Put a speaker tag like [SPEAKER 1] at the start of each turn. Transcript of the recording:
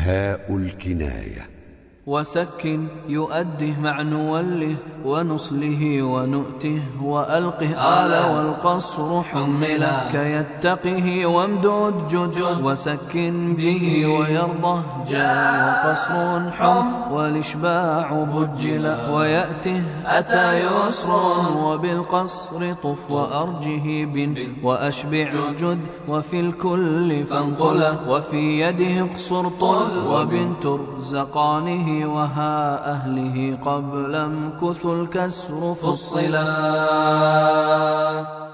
[SPEAKER 1] هاء الكناية.
[SPEAKER 2] وسكن يؤده مع نوله ونصله ونؤته وألقه آل والقصر حملا كيتقه وامدد جد وسكن به ويرضه جاء وقصر حم والإشباع بجلا ويأته أتى يسر وبالقصر طف وأرجه بن وأشبع جد وفي الكل فانقلا وفي يده اقصر طل وبنت رزقانه وها أهله قبل امكث الكسر فصلا.